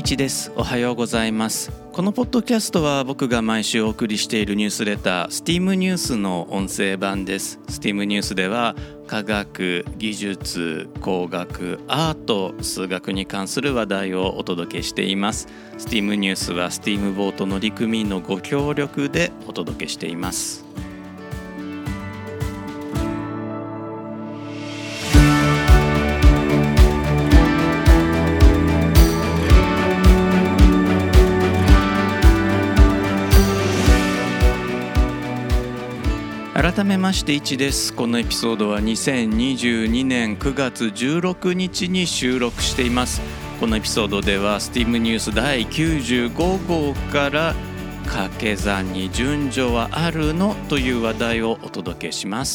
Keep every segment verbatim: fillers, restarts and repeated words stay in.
一です。おはようございます。このポッドキャストは僕が毎週お送りしているニュースレター スティーム ニュースの音声版です。 スティーム ニュースでは科学、技術、工学、アート、数学に関する話題をお届けしています。 スティーム ニュースは スティーム ボート乗組員のご協力でお届けしています。改めましていちです。このエピソードはにせんにじゅうにねんくがつじゅうろくにちに収録しています。このエピソードでは スティーム ニュースだいきゅうじゅうごごうから掛け算に順序はあるのという話題をお届けします。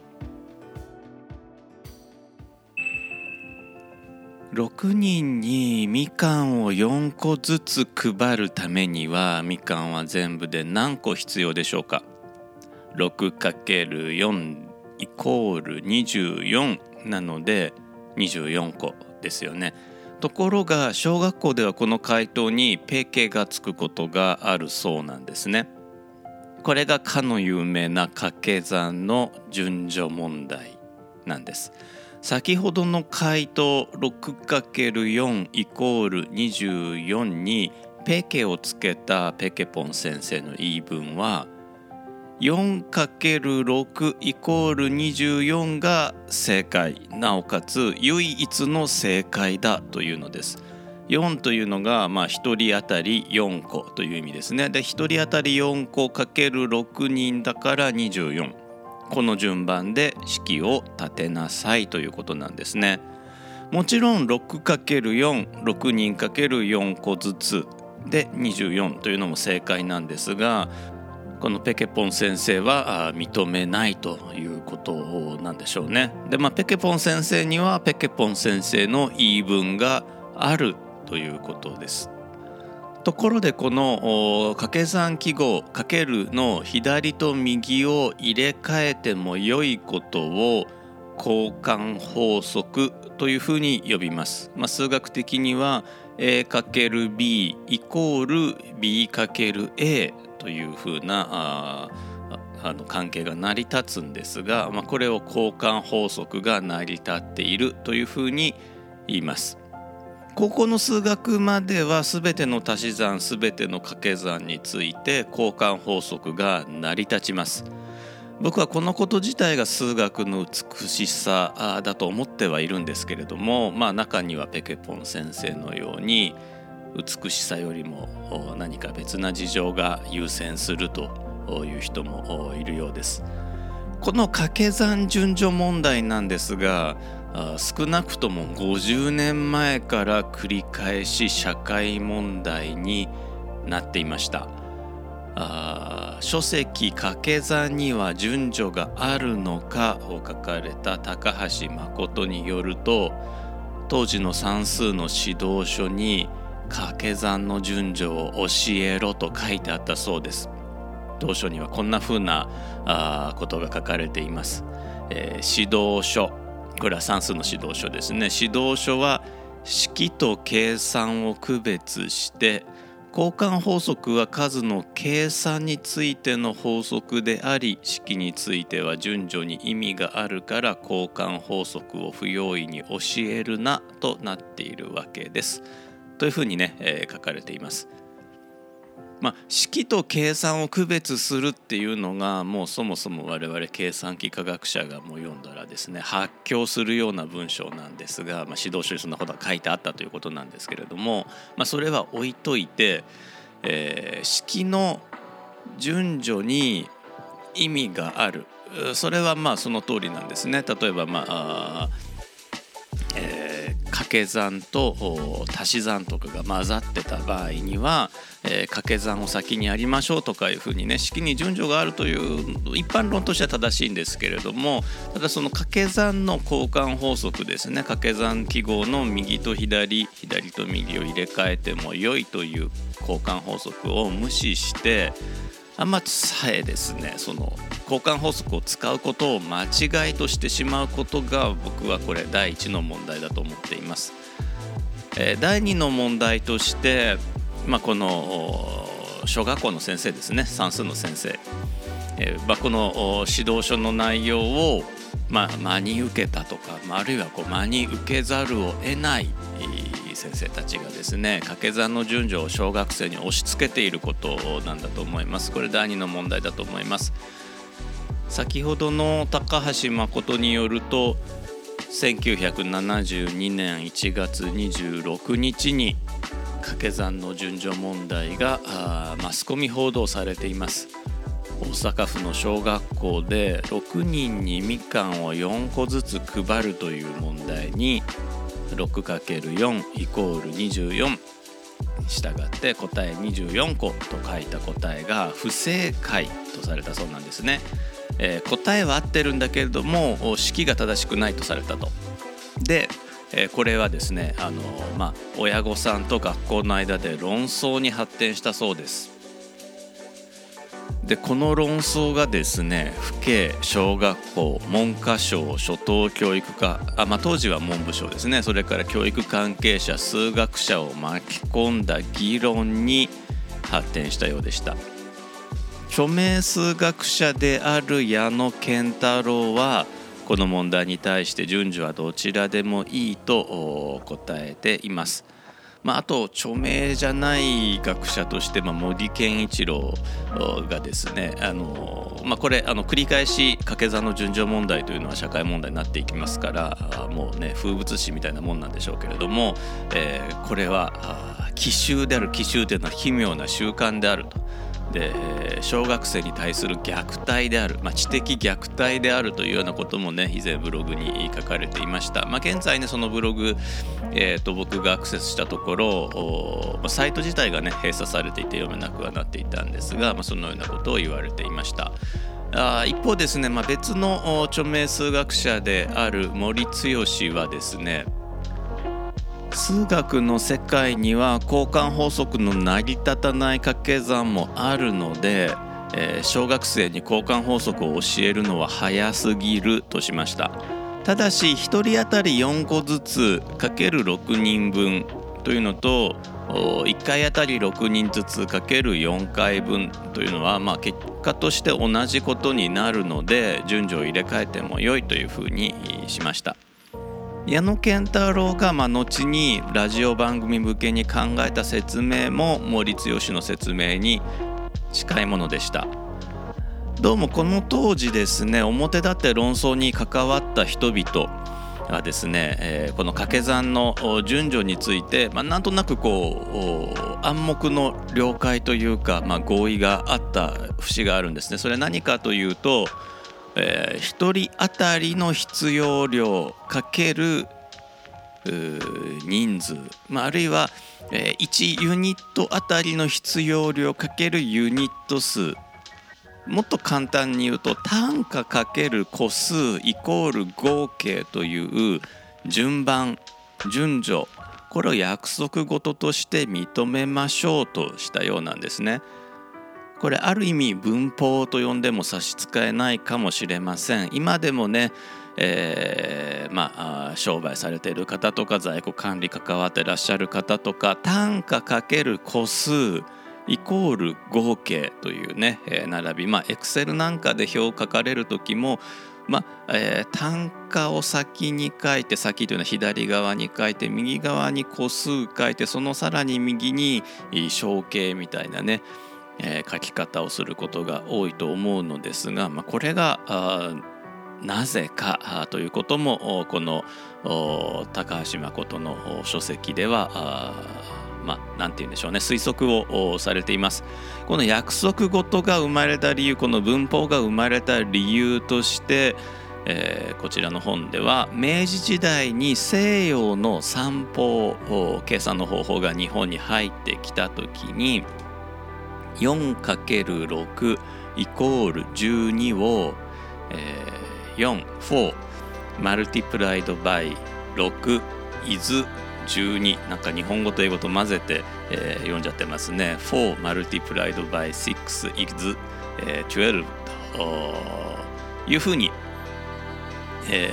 ろくにんにみかんをよんこずつ配るためにはみかんは全部で何個必要でしょうか。ろくかけるよん イコールにじゅうよんなのでにじゅうよんこですよね。ところが小学校ではこの回答にペケがつくことがあるそうなんですね。これがかの有名な掛け算の順序問題なんです。先ほどの回答 ろくかけるよん イコールにじゅうよんにペケをつけたペケポン先生の言い分はよんかけるろく イコールにじゅうよんが正解、なおかつ唯一の正解だというのです。よんというのがまあひとり当たりよんこという意味ですね。でひとり当たりよんこかけるろくにんだからにじゅうよん、この順番で式を立てなさいということなんですね。もちろん ろくかけるよん、ろくにんかけるよんこずつでにじゅうよんというのも正解なんですが、このペケポン先生は認めないということなんでしょうね。で、まあ、ペケポン先生にはペケポン先生の言い分があるということです。ところでこの掛け算記号かけるの左と右を入れ替えても良いことを交換法則というふうに呼びます。まあ、数学的には エーかけるビー イコール ビーかけるエー というふうなああの関係が成り立つんですが、まあ、これを交換法則が成り立っているというふうに言います。高校の数学までは全ての足し算全ての掛け算について交換法則が成り立ちます。僕はこのこと自体が数学の美しさだと思ってはいるんですけれども、まあ、中にはペケポン先生のように美しさよりも何か別な事情が優先するという人もいるようです。この掛け算順序問題なんですが、少なくともごじゅうねんまえから繰り返し社会問題になっていました。あ書籍掛け算には順序があるのかを書かれた高橋誠によると、当時の算数の指導書に掛け算の順序を教えろと書いてあったそうです。当書にはこんな風なあことが書かれています。えー、指導書、これは算数の指導書ですね。指導書は式と計算を区別して、交換法則は数の計算についての法則であり、式については順序に意味があるから交換法則を不用意に教えるなとなっているわけですというふうにね、えー、書かれています。まあ、式と計算を区別するっていうのがもうそもそも我々計算機科学者がもう読んだらですね、発狂するような文章なんですが、まあ、指導書にそんなことが書いてあったということなんですけれども、まあ、それは置いといて、えー、式の順序に意味がある、それはまあその通りなんですね。例えばまあえー、掛け算と足し算とかが混ざってた場合には、えー、掛け算を先にやりましょうとかいうふうにね、式に順序があるという一般論としては正しいんですけれども、ただその掛け算の交換法則ですね、掛け算記号の右と左左と右を入れ替えても良いという交換法則を無視して、あんまさえですね、その交換法則を使うことを間違いとしてしまうことが、僕はこれ第一の問題だと思っています。 えー、だいにの問題として、まあ、この小学校の先生ですね、算数の先生、えーまあ、この指導書の内容を、まあ、真に受けたとか、あるいはこう真に受けざるを得ない先生たちがですね、掛け算の順序を小学生に押し付けていることなんだと思います。これだいにの問題だと思います。先ほどの高橋誠によると、せんきゅうひゃくななじゅうにねんいちがつにじゅうろくにちに掛け算の順序問題がマスコミ報道されています。大阪府の小学校でろくにんにみかんをよんこずつ配るという問題に ろくかけるよん イコールにじゅうよんに従って答えにじゅうよんこと書いた答えが不正解とされたそうなんですね。えー、答えは合ってるんだけれども式が正しくないとされたと。で、えー、これはですね、あのーまあ、親御さんと学校の間で論争に発展したそうです。でこの論争がですね、府警、小学校、文科省、初等教育課、あ、まあ、当時は文部省ですね、それから教育関係者、数学者を巻き込んだ議論に発展したようでした。著名数学者である矢野健太郎はこの問題に対して順序はどちらでもいいと答えています。まあ、あと著名じゃない学者として、まあ、森健一郎がですね、あの、まあ、これあの繰り返し掛け算の順序問題というのは社会問題になっていきますから、もうね風物詩みたいなもんなんでしょうけれども、えー、これは奇襲である。奇襲というのは奇妙な習慣であると。で小学生に対する虐待である、まあ、知的虐待であるというようなこともね、以前ブログに書かれていました。まあ、現在ねそのブログ、えー、と僕がアクセスしたところ、サイト自体がね閉鎖されていて読めなくはなっていたんですが、まあ、そのようなことを言われていました。あ一方ですね、まあ、別の著名数学者である森剛はですね、数学の世界には交換法則の成り立たない掛け算もあるので、えー、小学生に交換法則を教えるのは早すぎるとしました。ただしひとり当たりよんこずつかけるろくにんぶんというのといっかいあたりろくにんずつかけるよんかいぶんというのは、まあ、結果として同じことになるので順序を入れ替えても良いというふうにしました。矢野健太郎がまあ後にラジオ番組向けに考えた説明も森剛の説明に近いものでした。どうもこの当時ですね、表立って論争に関わった人々がですね、えー、この掛け算の順序について、まあ、なんとなくこう暗黙の了解というか、まあ、合意があった節があるんですね。それは何かというと、えー、ひとり当たりの必要量かける人数、まあ、あるいは、えー、いちユニットあたりの必要量かけるユニット数、もっと簡単に言うと単価かける個数イコール合計という順番順序、これを約束事として認めましょうとしたようなんですね。これある意味文法と呼んでも差し支えないかもしれません。今でもね、えー、まあ商売されている方とか在庫管理関わってらっしゃる方とか、単価かける個数イコール合計というね、えー、並び、まあエクセルなんかで表を書かれる時も、まあえー、単価を先に書いて、先というのは左側に書いて、右側に個数書いて、そのさらに右に小計みたいなね、えー、書き方をすることが多いと思うのですが、まあ、これがなぜかということもこの高橋誠の書籍ではまあ、なんて言うんでしょうね、推測をされています。この約束事が生まれた理由、この文法が生まれた理由として、えー、こちらの本では明治時代に西洋の算法計算の方法が日本に入ってきたときに よんかけるろく イコールじゅうにを、えー、よん、よん multiplied by ろく is じゅうに、なんか日本語と英語と混ぜて、えー、読んじゃってますね。よん multiplied by シックス is、えー、じゅうにというふうに、えー、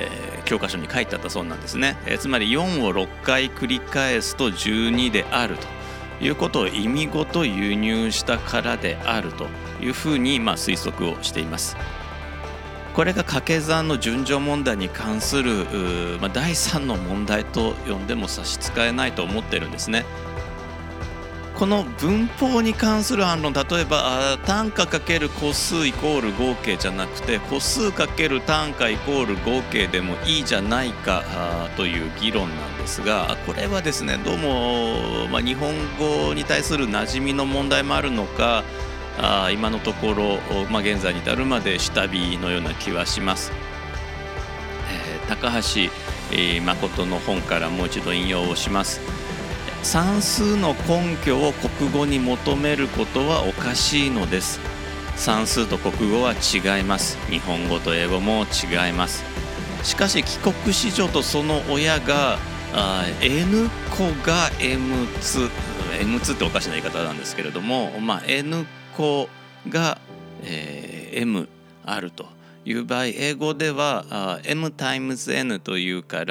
教科書に書いてあったそうなんですね。えー、つまりよんをろっかい繰り返すとじゅうにであるということを意味ごと輸入したからであるというふうにまあ推測をしています。これが掛け算の順序問題に関する、まあ、だいさんの問題と呼んでも差し支えないと思ってるんですね。この文法に関する反論、例えば単価×個数イコール合計じゃなくて個数×単価イコール合計でもいいじゃないかという議論なんですが、これはですねどうも、まあ、日本語に対する馴染みの問題もあるのか、あ今のところ、まあ、現在に至るまで下火のような気はします。えー、高橋、えー、誠の本からもう一度引用をします。算数の根拠を国語に求めることはおかしいのです。算数と国語は違います。日本語と英語も違います。しかし帰国子女とその親があ N 子が M つ M つっておかしな言い方なんですけれども、まあ、N 子が、えー、M あるという場合、英語では M times N というから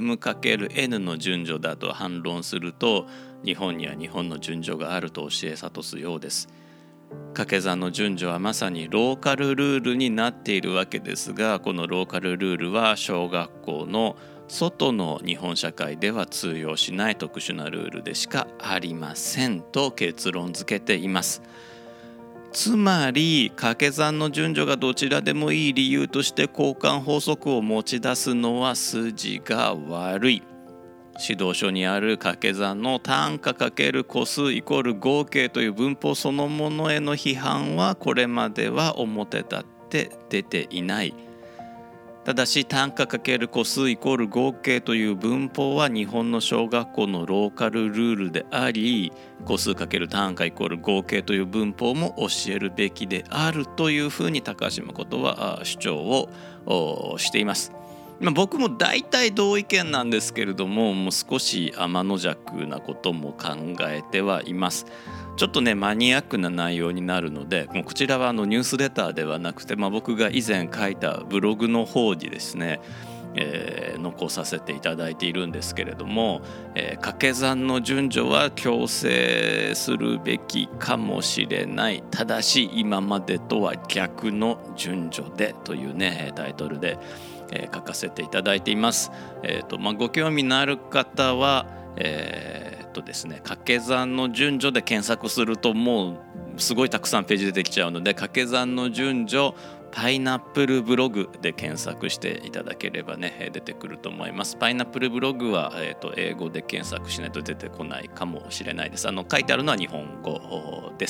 M×N の順序だと反論すると、日本には日本の順序があると教え諭すようです。掛け算の順序はまさにローカルルールになっているわけですが、このローカルルールは小学校の外の日本社会では通用しない特殊なルールでしかありませんと結論付けています。つまり掛け算の順序がどちらでもいい理由として交換法則を持ち出すのは筋が悪い。指導書にある掛け算の単価×個数イコール合計という文法そのものへの批判はこれまでは表立って出ていない。ただし単価×個数イコール合計という文法は日本の小学校のローカルルールであり、個数×単価イコール合計という文法も教えるべきであるというふうに高橋誠は主張をしています。まあ、僕も大体同意見なんですけれども、もう少し天の弱なことも考えてはいます。ちょっとねマニアックな内容になるので、もうこちらはあのニュースレターではなくて、まあ、僕が以前書いたブログの方にですね、えー、残させていただいているんですけれども、えー、掛け算の順序は強制するべきかもしれない、ただし今までとは逆の順序でというねタイトルで、えー、書かせていただいています。えーとまあ、ご興味のある方は、えーとですね、掛け算の順序で検索するともうすごいたくさんページ出てきちゃうので、掛け算の順序パイナップルブログで検索していただければね出てくると思います。パイナップルブログは、えーと英語で検索しないと出てこないかもしれないです。あの書いてあるのは日本語です。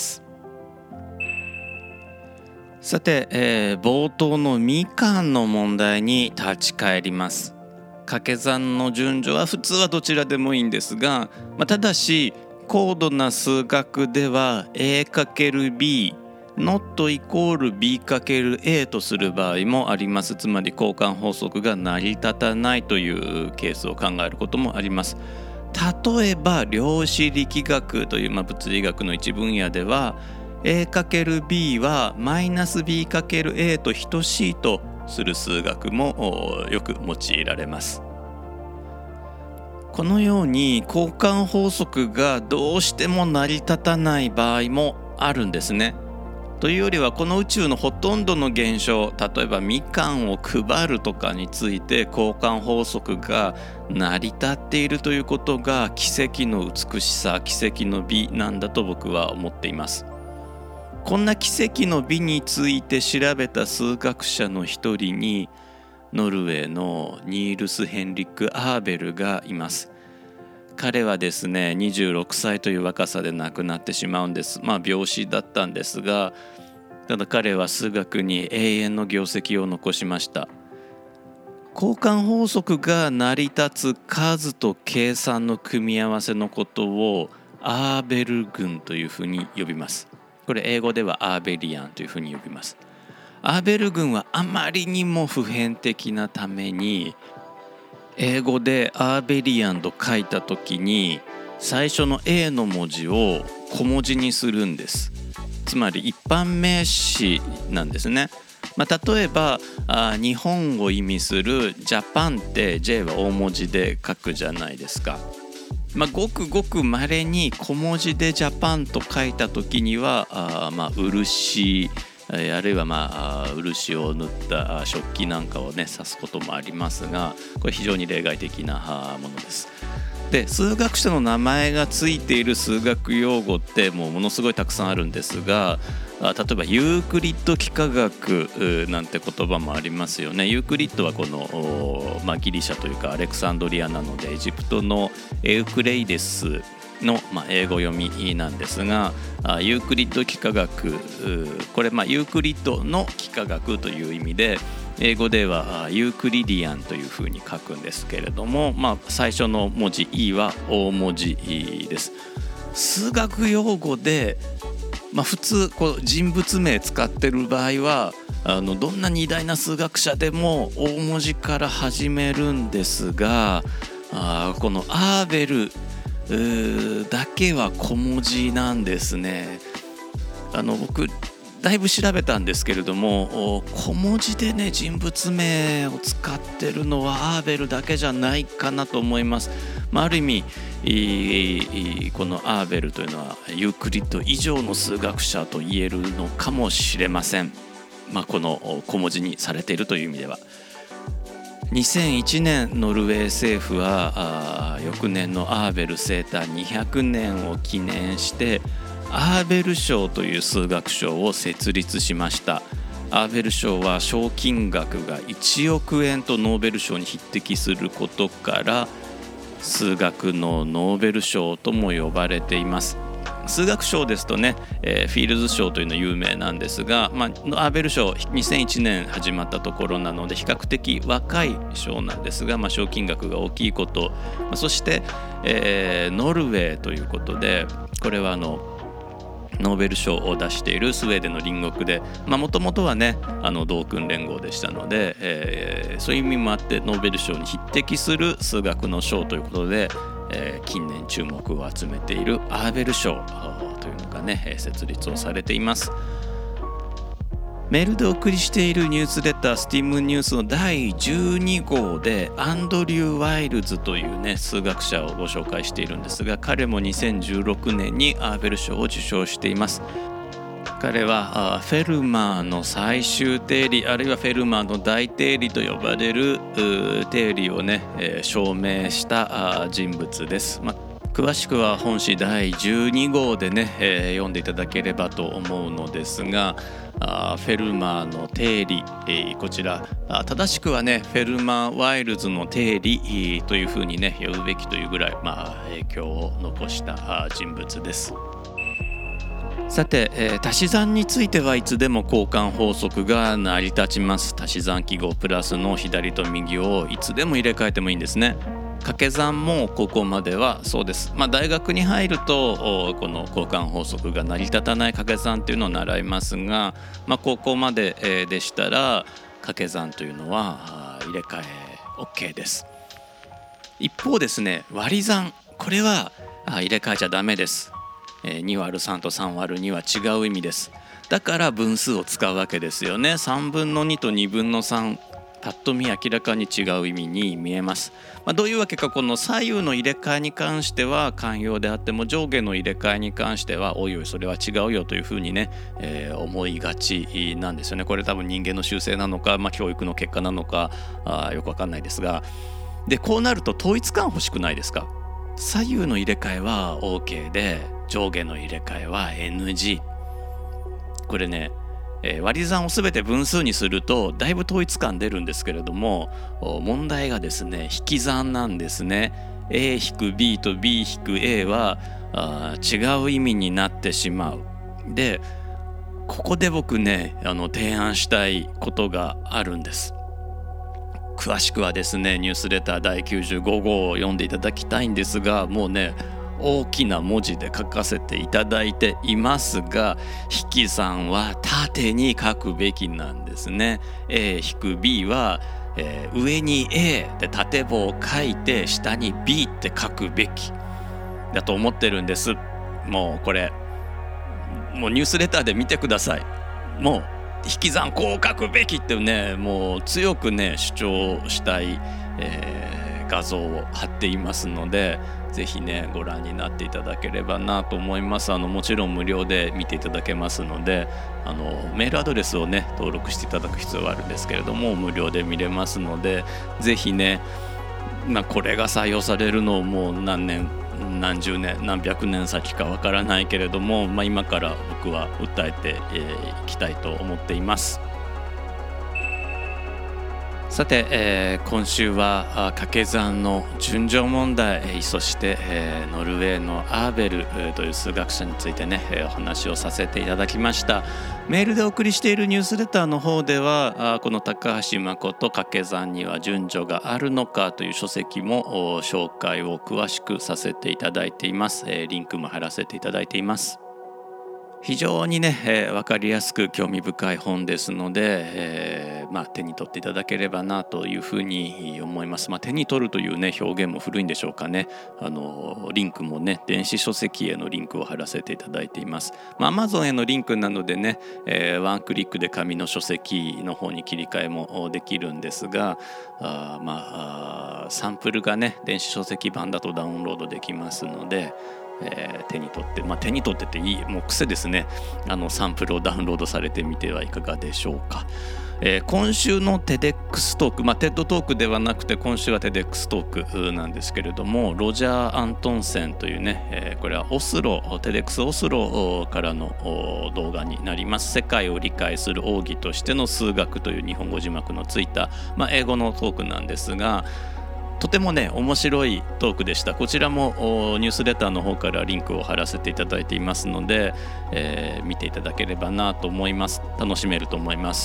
さて、えー、冒頭のみかんの問題に立ち返ります。掛け算の順序は普通はどちらでもいいんですが、まあ、ただし高度な数学では A×B not イコール B×A とする場合もあります。つまり交換法則が成り立たないというケースを考えることもあります。例えば量子力学という、まあ、物理学の一分野では A×B はマイナス B×A と等しいとする数学もよく用いられます。このように交換法則がどうしても成り立たない場合もあるんですね。というよりはこの宇宙のほとんどの現象、例えばみかんを配るとかについて交換法則が成り立っているということが奇跡の美しさ、奇跡の美なんだと僕は思っています。こんな奇跡の美について調べた数学者の一人にノルウェーのニールス・ヘンリック・アーベルがいます。彼はですねにじゅうろくさいという若さで亡くなってしまうんです。まあ病死だったんですが、ただ彼は数学に永遠の業績を残しました。交換法則が成り立つ数と計算の組み合わせのことをアーベル群というふうに呼びます。これ英語ではアーベリアンというふうに呼びます。アーベル群はあまりにも普遍的なために、英語でアーベリアンと書いたときに最初の A の文字を小文字にするんです。つまり一般名詞なんですね。 まあ、例えばあ日本を意味するジャパンって J は大文字で書くじゃないですか。まあ、ごくごく稀に小文字でジャパンと書いた時にはあ、まあ、漆あるいは、まあ、漆を塗った食器なんかをね指すこともありますが、これ非常に例外的なものです。で、数学者の名前がついている数学用語ってもうものすごいたくさんあるんですが、例えばユークリッド幾何学なんて言葉もありますよね。ユークリッドはこの、まあ、ギリシャというかアレクサンドリアなのでエジプトのエウクレイデスの、まあ、英語読みなんですが、ユークリッド幾何学、これ、まあ、ユークリッドの幾何学という意味で、英語ではユークリディアンというふうに書くんですけれども、まあ、最初の文字 E は大文字 E です。数学用語で、まあ、普通こう人物名使ってる場合はあのどんなに偉大な数学者でも大文字から始めるんですが、あこのアーベルだけは小文字なんですね。あの僕だいぶ調べたんですけれども、小文字でね人物名を使ってるのはアーベルだけじゃないかなと思います。まあ、ある意味このアーベルというのはユークリッド以上の数学者と言えるのかもしれません。まあ、この小文字にされているという意味では。にせんいちねんノルウェー政府は翌年のアーベル生誕にひゃくねんを記念してアーベル賞という数学賞を設立しました。アーベル賞は賞金額がいちおくえんとノーベル賞に匹敵することから数学のノーベル賞とも呼ばれています。数学賞ですとね、えー、フィールズ賞というのは有名なんですが、まあ、アーベル賞にせんいちねん始まったところなので比較的若い賞なんですが、まあ、賞金額が大きいこと、まあ、そして、えー、ノルウェーということで、これはあのノーベル賞を出しているスウェーデンの隣国で、もともとはねあの同訓連合でしたので、えー、そういう意味もあってノーベル賞に匹敵する数学の賞ということで、えー、近年注目を集めているアーベル賞というのがね設立をされています。メールでお送りしているニュースレタースティームニュースのだいじゅうにごうでアンドリュー・ワイルズというね数学者をご紹介しているんですが、彼もにせんじゅうろくねんにアーベル賞を受賞しています。彼はフェルマーの最終定理あるいはフェルマーの大定理と呼ばれる定理をね、えー、証明した人物です。まあ詳しくは本誌だいじゅうにごうでね、えー、読んでいただければと思うのですが、あフェルマーの定理、えー、こちら正しくはねフェルマー・ワイルズの定理、えー、というふうにね呼ぶべきというぐらい、まあ、影響を残した人物です。さて、えー、足し算についてはいつでも交換法則が成り立ちます。足し算記号プラスの左と右をいつでも入れ替えてもいいんですね。掛け算もここまではそうです。まあ、大学に入るとこの交換法則が成り立たない掛け算というのを習いますが、まあ、高校まででしたら掛け算というのは入れ替え OK です。一方ですね、割り算、これは入れ替えちゃダメです。にわるさんとさんわるには違う意味です。だから分数を使うわけですよね。さんぶんのにとにぶんのさん、ぱっと見明らかに違う意味に見えます。まあ、どういうわけかこの左右の入れ替えに関しては慣用であっても上下の入れ替えに関してはおいおいそれは違うよというふうにね、えー、思いがちなんですよね。これ多分人間の習性なのか、まあ、教育の結果なのかあよくわかんないですが、でこうなると統一感欲しくないですか。左右の入れ替えは OK で上下の入れ替えは エヌジー。 これね、えー、割り算をすべて分数にするとだいぶ統一感出るんですけれども、問題がですね引き算なんですね。 エー - ビー と ビー - エー はあ違う意味になってしまう。でここで僕ねあの提案したいことがあるんです。詳しくはですねニュースレターだいきゅうじゅうごごうを読んでいただきたいんですが、もうね大きな文字で書かせていただいていますが、引き算は縦に書くべきなんですね。 エー - ビー は、えー、上に A で縦棒を書いて下に B って書くべきだと思ってるんです。もうこれもうニュースレターで見てください。もう引き算こう書くべきってねもう強くね主張したい、えー、画像を貼っていますので、ぜひねご覧になっていただければなと思います。あのもちろん無料で見ていただけますので、あのメールアドレスをね登録していただく必要はあるんですけれども、無料で見れますので、ぜひね、まあ、これが採用されるのをもう何年何十年何百年先かわからないけれども、まあ、今から僕は訴えてい、えー、きたいと思っています。さて、えー、今週は掛け算の順序問題、そして、えー、ノルウェーのアーベルという数学者についてね、えー、お話をさせていただきました。メールでお送りしているニュースレターの方では、この高橋誠掛け算には順序があるのかという書籍も紹介を詳しくさせていただいています。えー、リンクも貼らせていただいています。非常にね、えー、分かりやすく興味深い本ですので、えーまあ、手に取っていただければなというふうに思います。まあ、手に取るという、ね、表現も古いんでしょうかね。あのリンクもね電子書籍へのリンクを貼らせていただいています。まあ、Amazon へのリンクなのでね、えー、ワンクリックで紙の書籍の方に切り替えもできるんですが、あまあサンプルがね電子書籍版だとダウンロードできますので、えー、手に取って、まあ、手に取ってっていいもう癖ですね。あのサンプルをダウンロードされてみてはいかがでしょうか。えー、今週の テデックス トーク、まあ、テッド トークではなくて今週は テデックス トークなんですけれども、ロジャー・アントンセンというね、えー、これはオスロ テデックス オスロからの動画になります。世界を理解する奥義としての数学という日本語字幕のついた、まあ、英語のトークなんですが、とてもね面白いトークでした。こちらもニュースレターの方からリンクを貼らせていただいていますので、えー、見ていただければなと思います。楽しめると思います。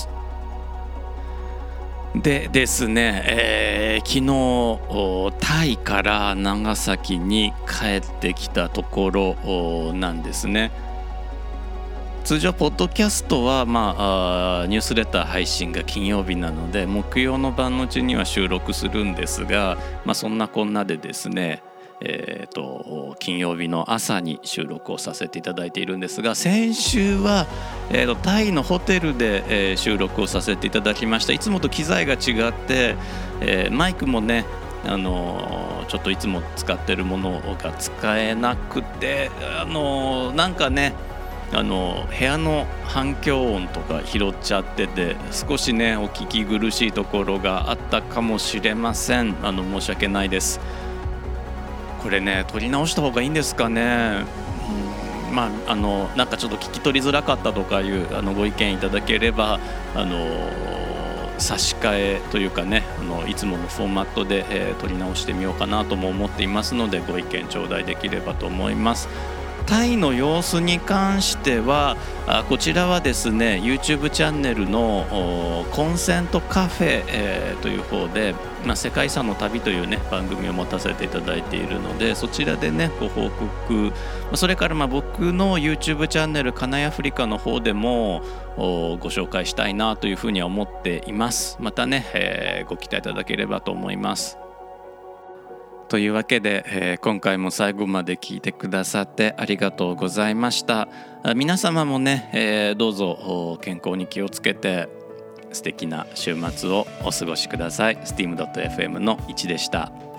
でですね、えー、昨日タイから長崎に帰ってきたところなんですね。通常ポッドキャストは、まあ、あニュースレター配信が金曜日なので木曜の晩のうちには収録するんですが、まあ、そんなこんなでですね、えー、と金曜日の朝に収録をさせていただいているんですが、先週は、えー、とタイのホテルで、えー、収録をさせていただきました。いつもと機材が違って、えー、マイクもねあのー、ちょっといつも使ってるものが使えなくて、あのー、なんかねあの部屋の反響音とか拾っちゃってて、少しねお聞き苦しいところがあったかもしれません。あの申し訳ないです。これね撮り直した方がいいんですかね。うん、まああのなんかちょっと聞き取りづらかったとかいうあのご意見いただければ、あの差し替えというかね、あのいつものフォーマットで、えー、撮り直してみようかなとも思っていますので、ご意見頂戴できればと思います。タイの様子に関してはあこちらはですね YouTube チャンネルのコンセントカフェ、えー、という方で、まあ、世界遺産の旅というね番組を持たせていただいているので、そちらでねご報告、それからまあ僕の YouTube チャンネルカナイアフリカの方でもご紹介したいなというふうには思っています。またね、えー、ご期待いただければと思います。というわけで、えー、今回も最後まで聞いてくださってありがとうございました。皆様もね、えー、どうぞ健康に気をつけて素敵な週末をお過ごしください。スティーム ドット エフエム のいちでした。